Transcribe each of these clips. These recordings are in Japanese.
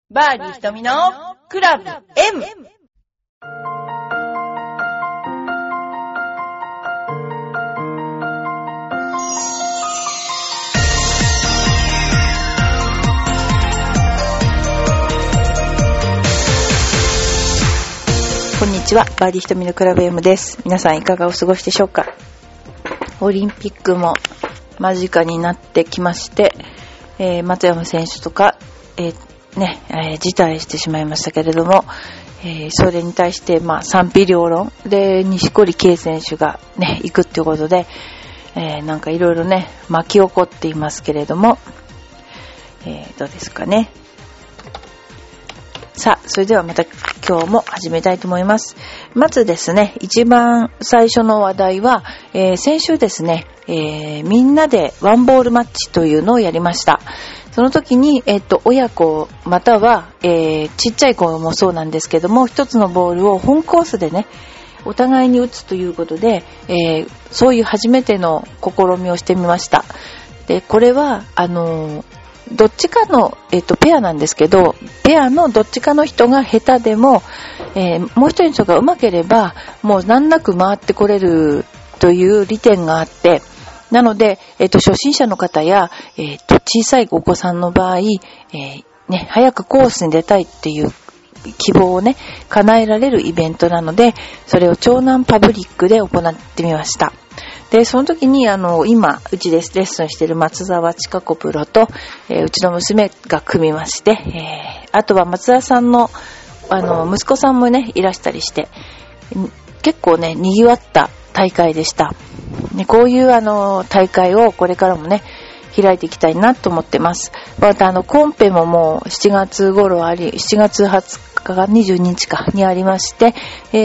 バーディー瞳のクラブ M。こんにちは、バーディー瞳のクラブ M です。皆さんいかがお過ごしでしょうか。オリンピックも間近になってきまして、松山選手とか、辞退してしまいましたけれども、それに対して賛否両論で錦織圭選手がね行くっていうことで、なんかいろいろね巻き起こっていますけれども、どうですかね。さあ、それではまた今日も始めたいと思います。まずですね、一番最初の話題は、先週ですね、みんなでワンボールマッチというのをやりました。その時に、親子または、ちっちゃい子もそうなんですけども、一つのボールを本コースでね、お互いに打つということで、そういう初めての試みをしてみました。で、これはどっちかの、ペアなんですけど、ペアのどっちかの人が下手でも、もう一人の人が上手ければもう難なく回ってこれるという利点があって、なので、初心者の方や、小さいお子さんの場合、早くコースに出たいっていう希望をね、叶えられるイベントなので、それを長南パブリックで行ってみました。で、その時に今、うちでレッスンしている松沢千佳子プロと、うちの娘が組みまして、あとは松沢さんの、息子さんもね、いらしたりして、結構ね、賑わった大会でした。ね、こういう大会をこれからもね、開いていきたいなと思ってます。またコンペももう7月頃7月20日が22日かにありまして、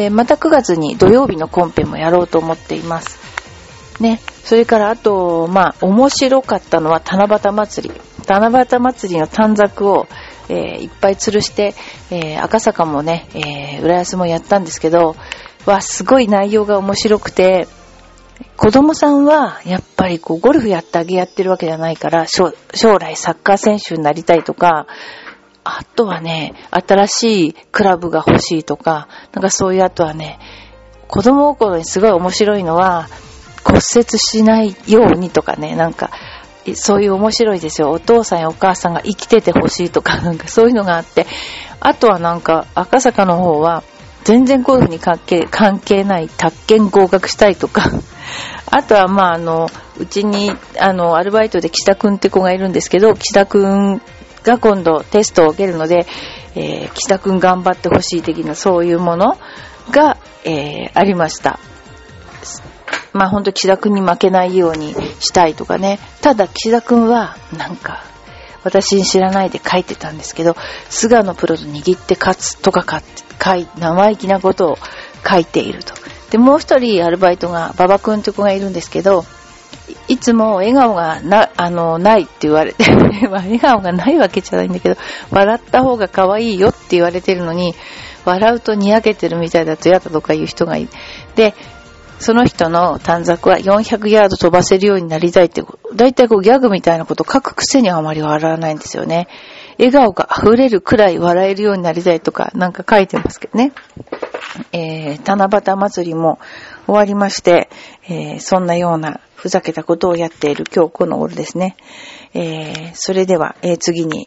また9月に土曜日のコンペもやろうと思っています。ね、それからあと、面白かったのは七夕祭り。七夕祭りの短冊を、いっぱい吊るして、赤坂もね、浦安もやったんですけど、すごい内容が面白くて、子供さんはやっぱりゴルフやってるわけじゃないから、将来サッカー選手になりたいとか、あとはね、新しいクラブが欲しいとか、なんかそういう、あとはね、子供心にすごい面白いのは、骨折しないようにとかね、なんかそういう面白いですよ。お父さんやお母さんが生きててほしいとか、なんかそういうのがあって、あとはなんか赤坂の方は全然ゴルフに関係ない宅建合格したいとか、あとはうちにアルバイトで岸田くんって子がいるんですけど、岸田くんが今度テストを受けるので、岸田くん頑張ってほしい的なそういうものが、ありました。本当岸田くんに負けないようにしたいとかね。ただ岸田くんはなんか私に知らないで書いてたんですけど、菅野プロと握って勝つとか生意気なことを書いていると。で、もう一人アルバイトが馬場くんって子がいるんですけど、いつも笑顔がないって言われて笑顔がないわけじゃないんだけど、笑った方が可愛いよって言われてるのに、笑うとにやけてるみたいだと嫌だとかいう人がいる。で、その人の短冊は400ヤード飛ばせるようになりたいって、だいたいギャグみたいなこと書くくせにあまり笑わないんですよね。笑顔が溢れるくらい笑えるようになりたいとかなんか書いてますけどね。七夕祭りも終わりまして、そんなようなふざけたことをやっている今日この頃ですね。それでは、次に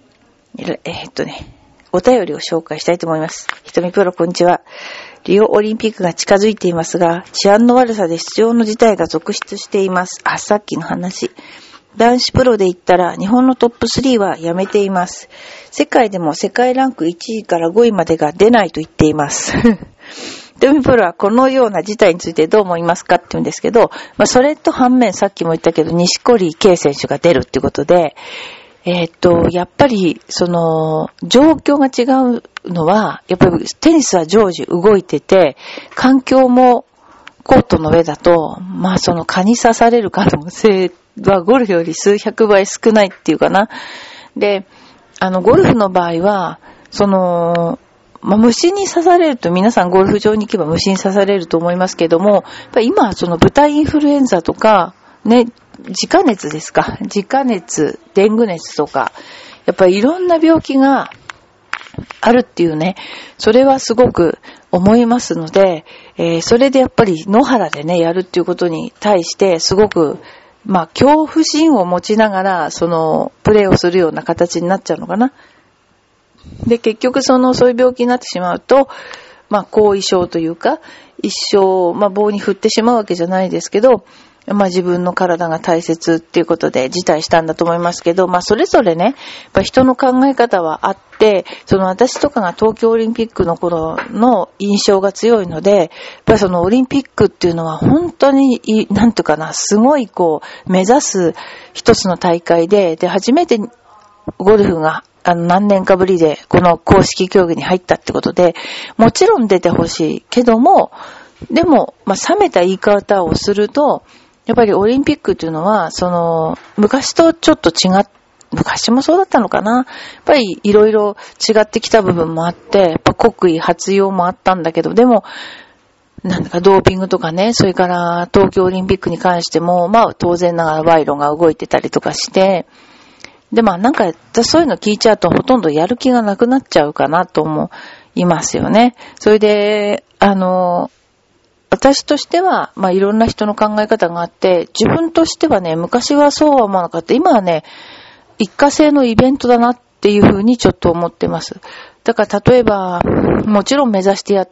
お便りを紹介したいと思います。ひとみプロこんにちは。リオオリンピックが近づいていますが、治安の悪さで出場の事態が続出しています。さっきの話。男子プロで言ったら日本のトップ3はやめています。世界でも世界ランク1位から5位までが出ないと言っています。ドミプロはこのような事態についてどう思いますかって言うんですけど、それと反面さっきも言ったけど錦織圭選手が出るっていうことで、やっぱりその状況が違うのは、やっぱりテニスは常時動いてて、環境もコートの上だと、その蚊に刺される可能性はゴルフより数百倍少ないっていうかな。で、ゴルフの場合は、虫に刺されると、皆さんゴルフ場に行けば虫に刺されると思いますけども、やっぱり今はその豚インフルエンザとか、ね、自家熱ですか。自家熱、デング熱とか、やっぱりいろんな病気があるっていうね、それはすごく思いますので、それでやっぱり野原でね、やるっていうことに対してすごく、恐怖心を持ちながら、プレイをするような形になっちゃうのかな。で、結局そういう病気になってしまうと、後遺症というか、一生、棒に振ってしまうわけじゃないですけど、自分の体が大切っていうことで辞退したんだと思いますけど、それぞれね、やっぱ人の考え方はあって、私とかが東京オリンピックの頃の印象が強いので、やっぱりオリンピックっていうのは本当に、なんていうかな、すごい目指す一つの大会で、初めてゴルフが何年かぶりでこの公式競技に入ったってことで、もちろん出てほしいけども、でも、冷めた言い方をすると、やっぱりオリンピックっていうのは、昔とちょっと昔もそうだったのかな。やっぱりいろいろ違ってきた部分もあって、やっぱ国威発揚もあったんだけど、でも、なんだかドーピングとかね、それから東京オリンピックに関しても、当然ながら賄賂が動いてたりとかして、で、そういうの聞いちゃうとほとんどやる気がなくなっちゃうかなと思いますよね。それで、私としては、いろんな人の考え方があって、自分としてはね、昔はそうは思わなかった。今はね、一過性のイベントだなっていうふうにちょっと思ってます。だから例えば、もちろん目指してやって、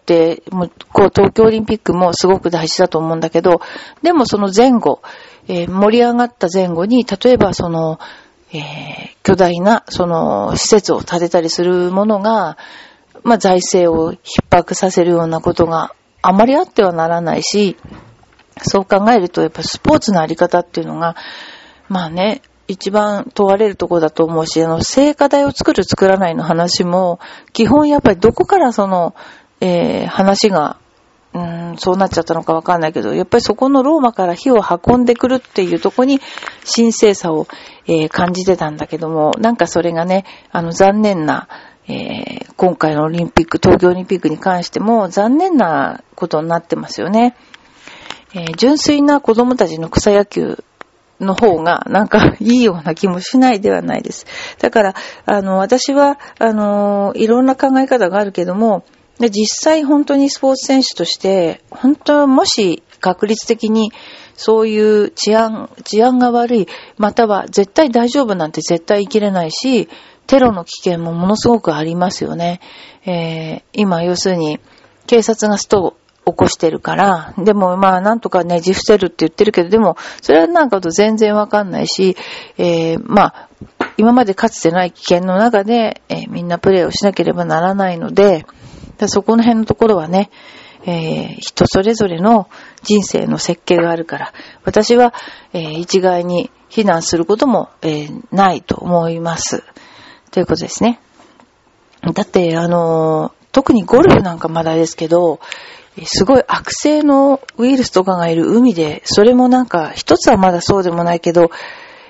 東京オリンピックもすごく大事だと思うんだけど、でもその前後、盛り上がった前後に、例えば巨大な、施設を建てたりするものが、財政を逼迫させるようなことがあまりあってはならないし、そう考えると、やっぱスポーツのあり方っていうのが、一番問われるところだと思うし、聖火台を作る作らないの話も、基本やっぱりどこから話が、そうなっちゃったのかわかんないけど、やっぱりそこのローマから火を運んでくるっていうところに神聖さを、感じてたんだけども、それがね、残念な、今回のオリンピック、東京オリンピックに関しても残念なことになってますよね。純粋な子供たちの草野球の方がいいような気もしないではないです。だから、私は、いろんな考え方があるけども、実際本当にスポーツ選手として、本当もし確率的にそういう治安が悪い、または絶対大丈夫なんて絶対生きれないし、テロの危険もものすごくありますよね。今要するに警察がストを起こしてるから、でもなんとかねじ伏せるって言ってるけど、でもそれはと全然わかんないし、今までかつてない危険の中で、みんなプレーをしなければならないので、そこの辺のところはね、人それぞれの人生の設計があるから、私は、一概に非難することも、ないと思います。ということですね。だって、特にゴルフなんかまだですけど、すごい悪性のウイルスとかがいる海で、それも一つはまだそうでもないけど、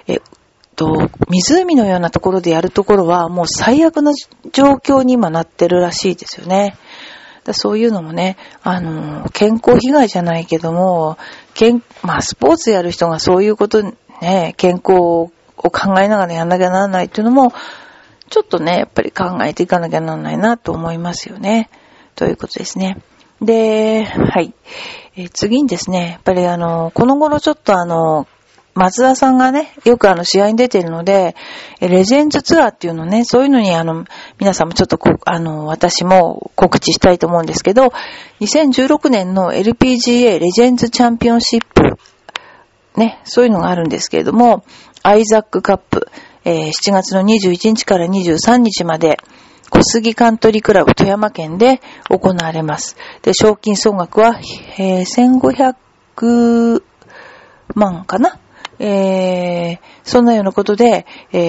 湖のようなところでやるところはもう最悪な状況に今なってるらしいですよね。そういうのもね、健康被害じゃないけども、スポーツやる人がそういうことね、健康を考えながらやんなきゃならないっていうのも、ちょっとね、やっぱり考えていかなきゃならないなと思いますよね。ということですね。で、はい。次にですね、やっぱりこの頃ちょっと松田さんがね、よく試合に出ているので、レジェンズツアーっていうのね、そういうのに皆さんもちょっと私も告知したいと思うんですけど、2016年の LPGA レジェンズチャンピオンシップ、ね、そういうのがあるんですけれども、アイザックカップ、7月の21日から23日まで、小杉カントリークラブ富山県で行われます。で、賞金総額は、1500万かな。そんなようなことで、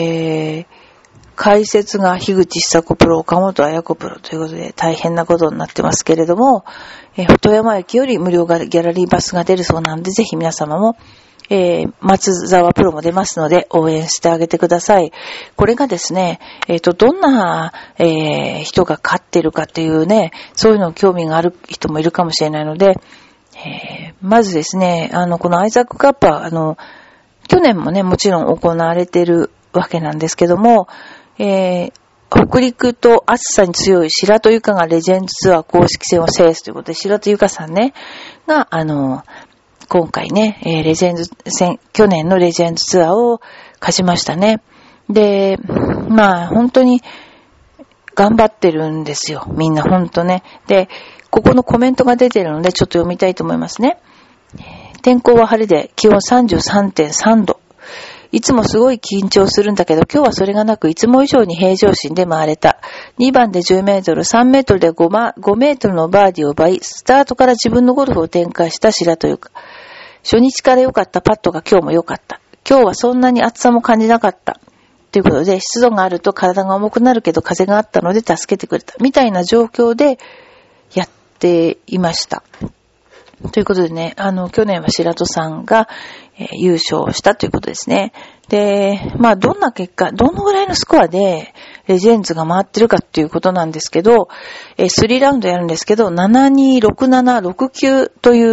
解説が樋口久子プロ、岡本彩子プロということで大変なことになってますけれども、富山駅より無料ギャラリーバスが出るそうなので、ぜひ皆様も、松沢プロも出ますので応援してあげてください。これがですね、どんな、人が勝ってるかっていうね、そういうの興味がある人もいるかもしれないので、まずですね、このアイザックカップは、去年もね、もちろん行われているわけなんですけども、 北陸と暑さに強い白戸由佳がレジェンズツアー公式戦を制すということで、白戸由佳さんね、が、今回ね、レジェンズ戦、去年のレジェンズツアーを勝ちましたね。で、まあ、本当に頑張ってるんですよ。みんな本当ね。で、ここのコメントが出てるので、ちょっと読みたいと思いますね。天候は晴れで気温 33.3 度。いつもすごい緊張するんだけど、今日はそれがなく、いつも以上に平常心で回れた。2番で10メートル、3メートルで5メートルのバーディーを奪い、スタートから自分のゴルフを展開した白戸由佳。初日から良かったパットが今日も良かった。今日はそんなに暑さも感じなかった。ということで、湿度があると体が重くなるけど風があったので助けてくれた。みたいな状況でやっていました。ということでね、去年は白戸さんが、優勝したということですね。で、まあ、どんな結果、どのぐらいのスコアで、レジェンズが回ってるかっていうことなんですけど、3ラウンドやるんですけど、72、67、69という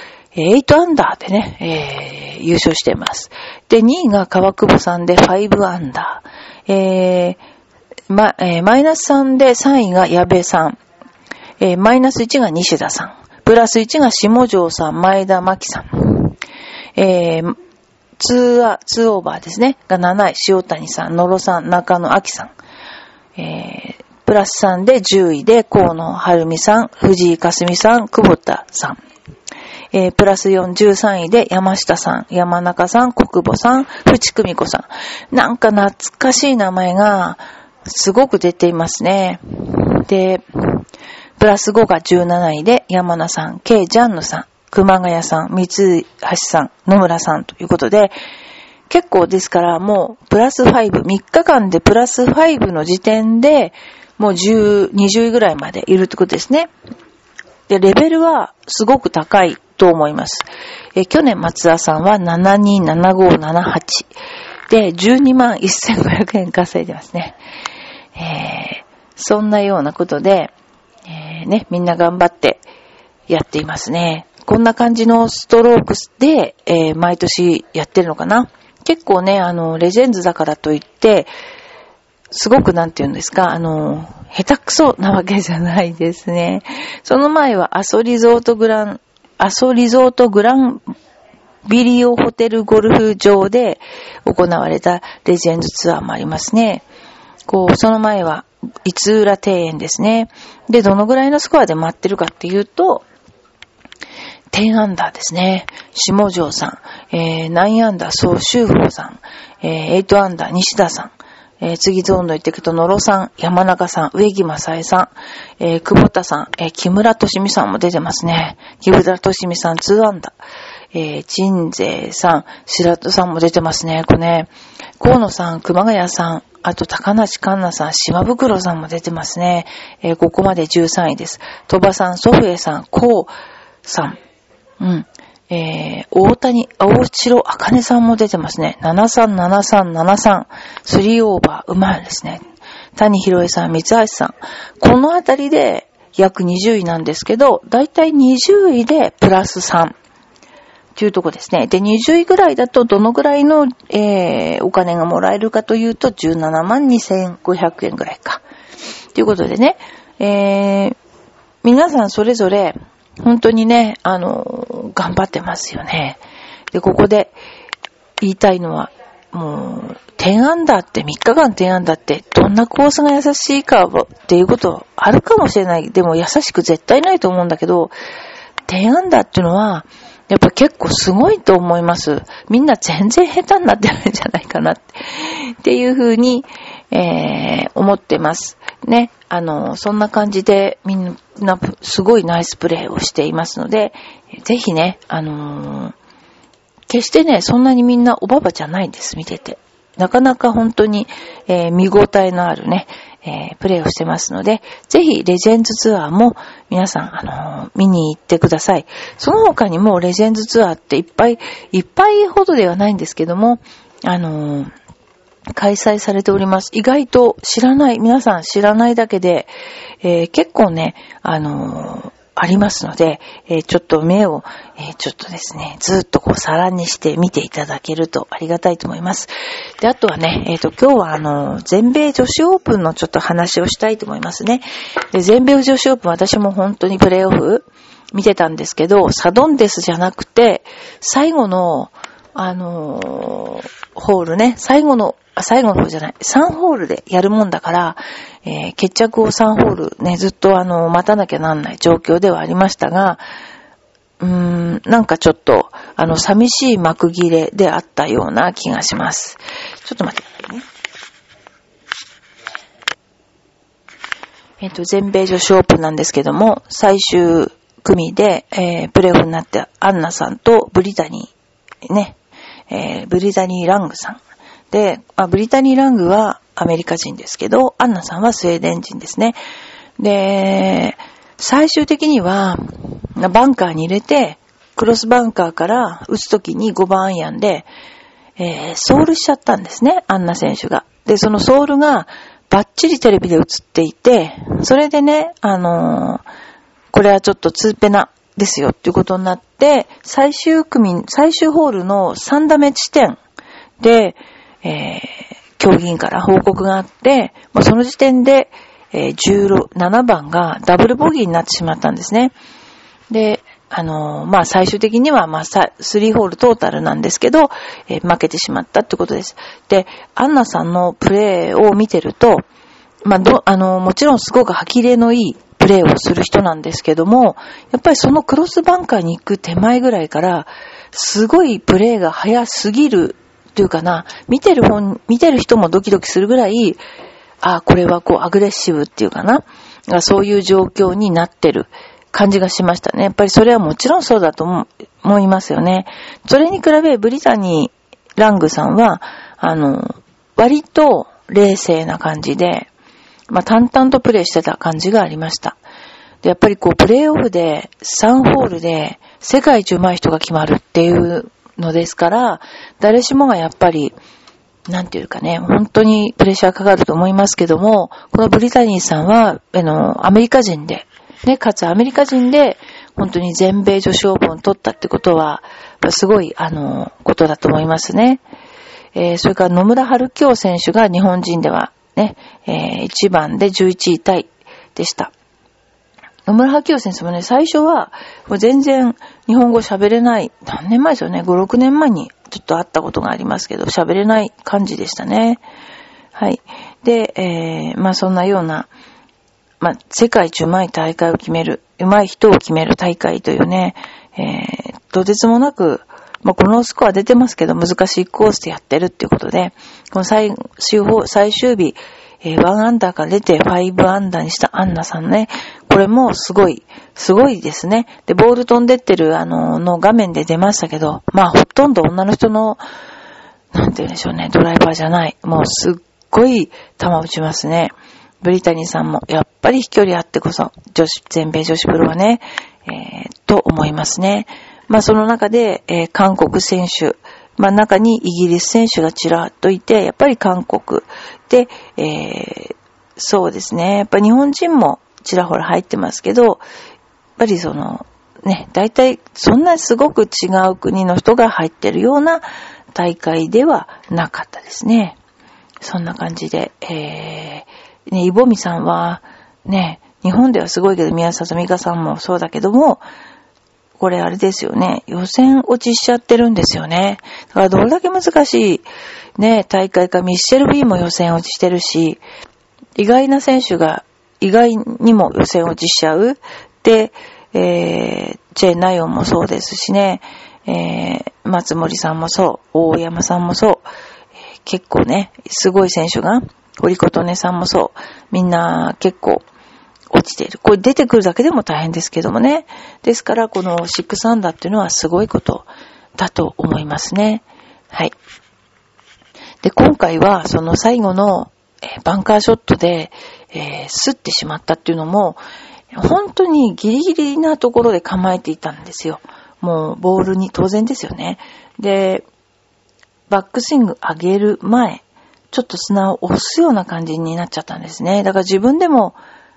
、8アンダーでね、優勝しています。で、2位が川久保さんで5アンダー。マイナス3で3位が矢部さん。マイナス1が西田さん。プラス1が下條さん、前田真希さん。2オーバーですね。が7位、塩谷さん、野呂さん、中野明さん。プラス3で10位で河野晴美さん、藤井かすみさん、久保田さん。プラス4、13位で山下さん、山中さん、国保さん、淵久美子さん。なんか懐かしい名前がすごく出ていますね。で、プラス5が17位で山名さん、K ジャンヌさん、熊谷さん、三橋さん、野村さんということで、結構ですからもうプラス5、3日間でプラス5の時点でもう20位ぐらいまでいるってことですね。で、レベルはすごく高いと思います。去年松田さんは727578で12万1500円稼いでますね。そんなようなことで、ね、みんな頑張ってやっていますね。こんな感じのストロークスで、毎年やってるのかな。結構ね、レジェンズだからといって、すごくなんて言うんですか、下手くそなわけじゃないですね。その前は阿蘇リゾートグランビリオホテルゴルフ場で行われたレジェンズツアーもありますね。その前は、五浦庭園ですね。で、どのぐらいのスコアで回ってるかっていうと、10アンダーですね。下條さん、9アンダー、総修法さん、8アンダー、西田さん、次ゾーンの行っていくと、野呂さん、山中さん、植木正恵さん、久保田さん、木村敏美さんも出てますね。木村敏美さん、2アンダー、鎮西さん、白戸さんも出てますね。河野さん、熊谷さん、あと高梨環奈さん、島袋さんも出てますね。ここまで13位です。鳥羽さん、祖父江さん、こうさん、大城あかねさんも出てますね。737373、3オーバー、うまいですね。谷博恵さん、三橋さん。このあたりで約20位なんですけど、だいたい20位でプラス3というとこですね。で、20位ぐらいだとどのぐらいの、お金がもらえるかというと、17万2500円ぐらいか。ということでね、皆さんそれぞれ、本当にね、頑張ってますよね。で、ここで言いたいのは、もう、10アンダーって3日間10アンダーってどんなコースが優しいかっていうことあるかもしれない。でも優しく絶対ないと思うんだけど、10アンダーっていうのは、やっぱ結構すごいと思います。みんな全然下手になってるんじゃないかなっていうふうに、思ってます。ね。そんな感じでみんなすごいナイスプレーをしていますので、ぜひね、決してね、そんなにみんなおばばじゃないんです、見てて。なかなか本当に、見応えのあるね、プレーをしてますので、ぜひレジェンズツアーも皆さん、見に行ってください。その他にもレジェンズツアーっていっぱいほどではないんですけども、開催されております。意外と皆さん知らないだけで、結構ね、あありますので、ちょっと目を、ちょっとですね、ずっとこう皿にして見ていただけるとありがたいと思います。で、あとはね、今日は全米女子オープンのちょっと話をしたいと思いますね。で、全米女子オープン私も本当にプレイオフ見てたんですけど、サドンデスじゃなくて、最後の、ホールね、最後の方じゃない、3ホールでやるもんだから、決着を3ホールね、ずっと待たなきゃなんない状況ではありましたが、なんかちょっと、寂しい幕切れであったような気がします。ちょっと待ってくださいね。全米女子オープンなんですけども、最終組で、プレーオフになってアンナさんとブリタニー、ね、ブリタニー・ラングさん。で、ブリタニー・ラングはアメリカ人ですけど、アンナさんはスウェーデン人ですね。で、最終的には、バンカーに入れて、クロスバンカーから打つときに5番アイアンで、ソールしちゃったんですね、アンナ選手が。で、そのソールがバッチリテレビで映っていて、それでね、これはちょっとツーペナですよっていうことになって、最終ホールの3打目地点で、競技員から報告があって、もうその時点で、17番がダブルボギーになってしまったんですね。で、最終的には、3ホールトータルなんですけど、負けてしまったってことです。で、アンナさんのプレーを見てると、もちろんすごく歯切れのいいプレーをする人なんですけども、やっぱりそのクロスバンカーに行く手前ぐらいから、すごいプレーが早すぎるというかな、見てる人もドキドキするぐらい、これはこうアグレッシブっていうかな、そういう状況になってる感じがしましたね。やっぱりそれはもちろんそうだと思いますよね。それに比べブリタニー・ラングさんは、割と冷静な感じで、淡々とプレーしてた感じがありました。で、やっぱりこうプレーオフで3ホールで世界一上手い人が決まるっていうのですから、誰しもがやっぱり、なんていうかね、本当にプレッシャーかかると思いますけども、このブリタニーさんは、アメリカ人で、ね、かつアメリカ人で、本当に全米女子オープンを取ったってことは、すごい、ことだと思いますね。それから野村春京選手が日本人では、ね、1番で11位タイでした。野村春京選手もね、最初は、もう全然日本語喋れない、何年前ですよね、5、6年前にちょっと会ったことがありますけど、喋れない感じでしたね。はい。で、そんなような、世界一上手い大会を決める、上手い人を決める大会というね、とてつもなく、このスコア出てますけど、難しいコースでやってるっていうことで、この最終日、1アンダーから出て5アンダーにしたアンナさんね、これもすごいですね。で、ボール飛んでってるの画面で出ましたけど、ほとんど女の人の、なんて言うんでしょうね、ドライバーじゃない。もうすっごい球打ちますね。ブリタニーさんも、やっぱり飛距離あってこそ、全米女子プロはね、と思いますね。その中で、韓国選手、中にイギリス選手がちらっといて、やっぱり韓国で、そうですね、やっぱり日本人もちらほら入ってますけど、やっぱり大体そんなすごく違う国の人が入ってるような大会ではなかったですね。そんな感じで、イボミさんは、ね、日本ではすごいけど、宮里美香さんもそうだけども、これあれですよね。予選落ちしちゃってるんですよね。だからどれだけ難しいね、大会か。ミッシェル・ビーも予選落ちしてるし、意外な選手が意外にも予選落ちしちゃう。で、チェ・ナヨンもそうですしね、松森さんもそう、大山さんもそう、結構ね、すごい選手が、堀琴音さんもそう、みんな結構落ちている。これ出てくるだけでも大変ですけどもね。ですから、この6アンダーっていうのはすごいことだと思いますね。はい。で、今回はその最後の、バンカーショットで、スッてしまったっていうのも、本当にギリギリなところで構えていたんですよ。もうボールに当然ですよね。で、バックスイング上げる前、ちょっと砂を押すような感じになっちゃったんですね。だから自分でも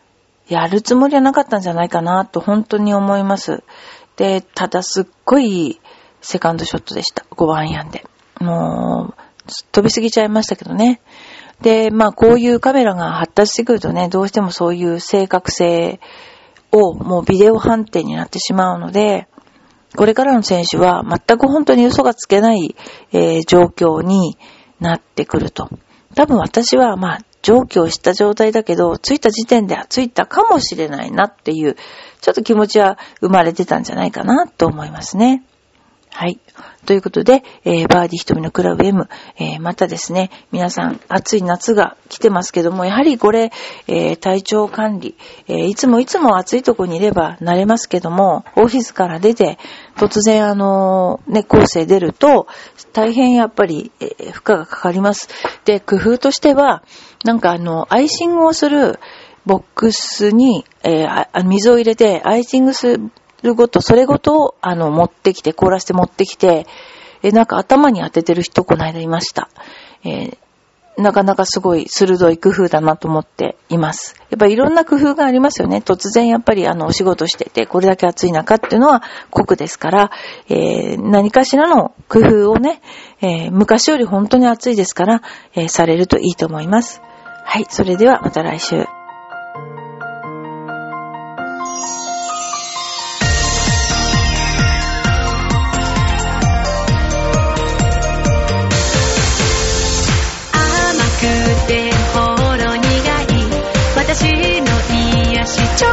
やるつもりはなかったんじゃないかなと本当に思います。で、ただすっごいセカンドショットでした。5番アイアンで。もう、飛びすぎちゃいましたけどね。で、こういうカメラが発達してくるとね、どうしてもそういう正確性をもうビデオ判定になってしまうので、これからの選手は全く本当に嘘がつけない、状況になってくると。多分私は上記をした状態だけど、ついた時点ではついたかもしれないなっていう、ちょっと気持ちは生まれてたんじゃないかなと思いますね。はい。ということで、バーディー瞳のクラブ M、またですね、皆さん暑い夏が来てますけども、やはりこれ、体調管理、いつも暑いとこにいれば慣れますけども、オフィスから出て、突然コースへ出ると、大変やっぱり、負荷がかかります。で、工夫としては、アイシングをするボックスに、水を入れて、アイシングするそれごとを、持ってきて、凍らせて持ってきて、頭に当ててる人、この間いました。なかなかすごい鋭い工夫だなと思っています。やっぱりいろんな工夫がありますよね。突然やっぱりお仕事してて、これだけ暑い中っていうのは酷ですから、何かしらの工夫をね、昔より本当に暑いですから、されるといいと思います。はい、それではまた来週。 ほろ苦い私の癒し